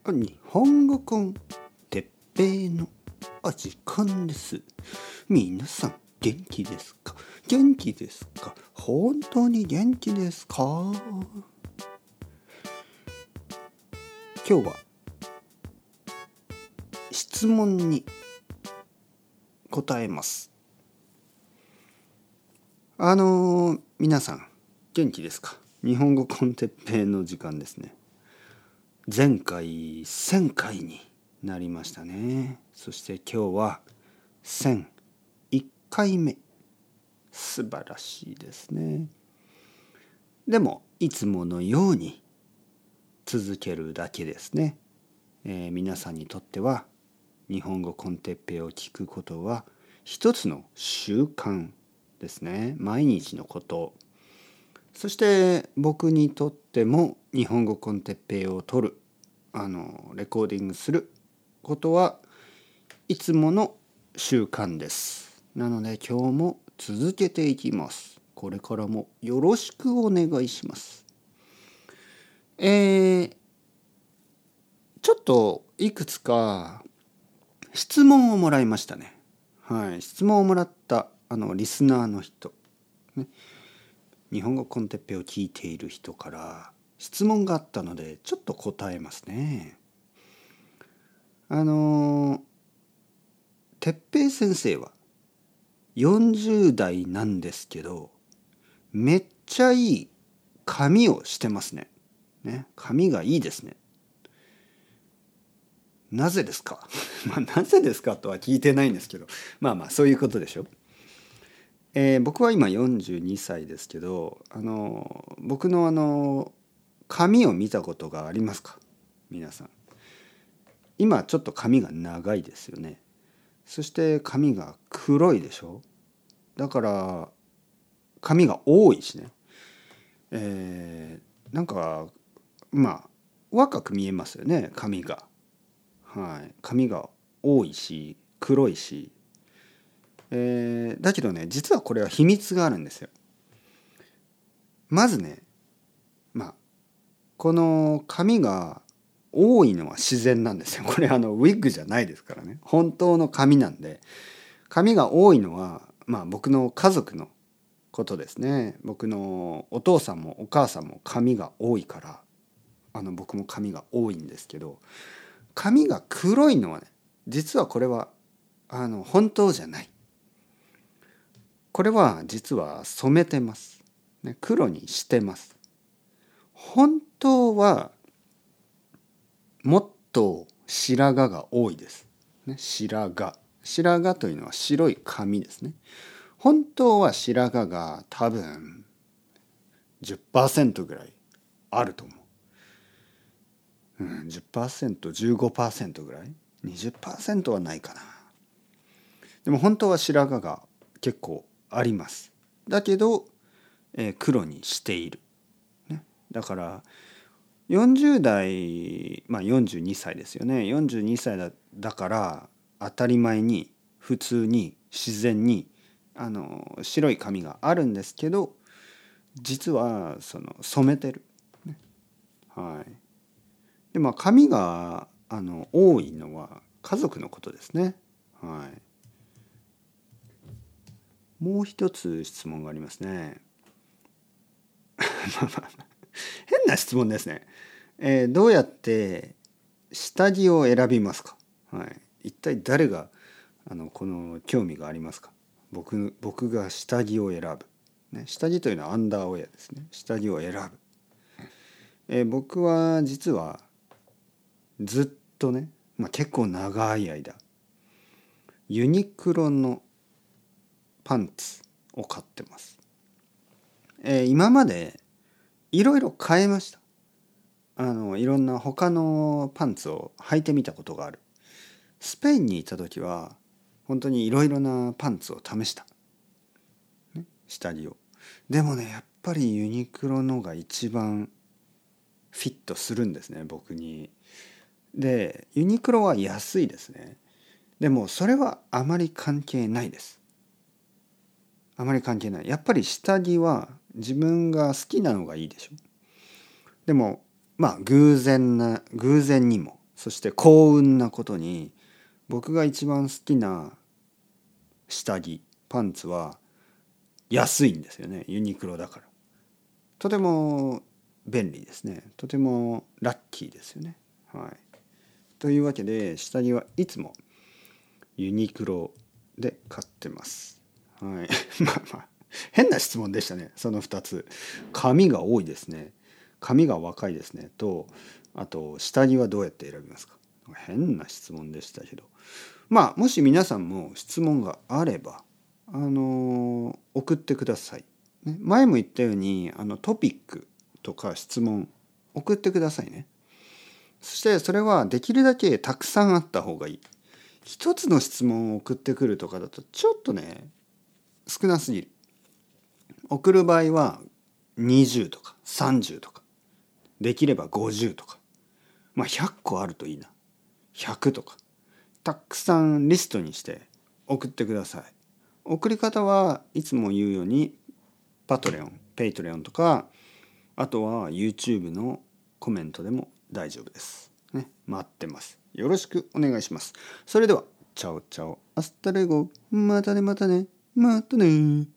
日本語コンテッペイのお時間です。皆さん元気ですか？元気ですか？本当に元気ですか？今日は質問に答えます。皆さん元気ですか？日本語コンテッペイの時間ですね。前回1000回になりましたね。そして今日は1001回目。素晴らしいですね。でもいつものように続けるだけですね。皆さんにとっては日本語コンテッペイを聞くことは一つの習慣ですね。毎日のこと。そして僕にとっても日本語コンテッペイを取る、レコーディングすることはいつもの習慣です。なので今日も続けていきます。これからもよろしくお願いします。ちょっといくつか質問をもらいましたね。はい、質問をもらったリスナーの人、ね、日本語コンテッペイを聞いている人から質問があったのでちょっと答えますね。てっぺい先生は40代なんですけどめっちゃいい髪をしてますね。髪がいいですね。なぜですか？なぜですかとは聞いてないんですけど、そういうことでしょ。僕は今42歳ですけど、僕の髪を見たことがありますか？皆さん。今ちょっと髪が長いですよね。そして髪が黒いでしょ。だから髪が多いしね。なんか若く見えますよね、髪が。はい、髪が多いし黒いし、だけどね、実はこれは秘密があるんですよ。まずね、この髪が多いのは自然なんですよ。これウィッグじゃないですからね。本当の髪なんで、髪が多いのは僕の家族のことですね。僕のお父さんもお母さんも髪が多いから僕も髪が多いんですけど、髪が黒いのはね、実はこれは本当じゃない。これは実は染めてます、ね、黒にしてます。本当はもっと白髪が多いです、ね、白髪というのは白い髪ですね。本当は白髪が多分 10% ぐらいあると思う。10%、15% ぐらい、20% はないかな。でも本当は白髪が結構あります。だけど、黒にしている、ね、だから40代、42歳ですよね。42歳だから当たり前に普通に自然に白い髪があるんですけど、実は染めてる、ね、はい。で髪が多いのは家族のことですね。はい。もう一つ質問がありますね。変な質問ですね。どうやって下着を選びますか？はい。一体誰がこの興味がありますか？僕が下着を選ぶ、ね。下着というのはアンダーウェアですね。下着を選ぶ。僕は実はずっとね、結構長い間ユニクロのパンツを買ってます。今までいろいろ買いました。いろんな他のパンツを履いてみたことがある。スペインに行った時は本当にいろいろなパンツを試した、ね、下着を。でもね、やっぱりユニクロのが一番フィットするんですね、僕に。でユニクロは安いですね。でもそれはあまり関係ないです。あまり関係ない。やっぱり下着は自分が好きなのがいいでしょ。でも偶然にもそして幸運なことに僕が一番好きな下着パンツは安いんですよね。ユニクロだからとても便利ですね。とてもラッキーですよね。はい、というわけで下着はいつもユニクロで買ってます。はい、まあまあ変な質問でしたね。その2つ。髪が多いですね。髪が若いですね。とあと下着はどうやって選びますか。変な質問でしたけど、まあもし皆さんも質問があれば送ってください。ね、前も言ったようにトピックとか質問送ってくださいね。そしてそれはできるだけたくさんあった方がいい。一つの質問を送ってくるとかだとちょっとね少なすぎる。送る場合は20とか30とかできれば50とか、まあ100個あるといいな。100とかたくさんリストにして送ってください。送り方はいつも言うようにペイトレオンとかあとは YouTube のコメントでも大丈夫です。ね、待ってます。よろしくお願いします。それではチャオチャオアスタレゴまたねまたねまたね。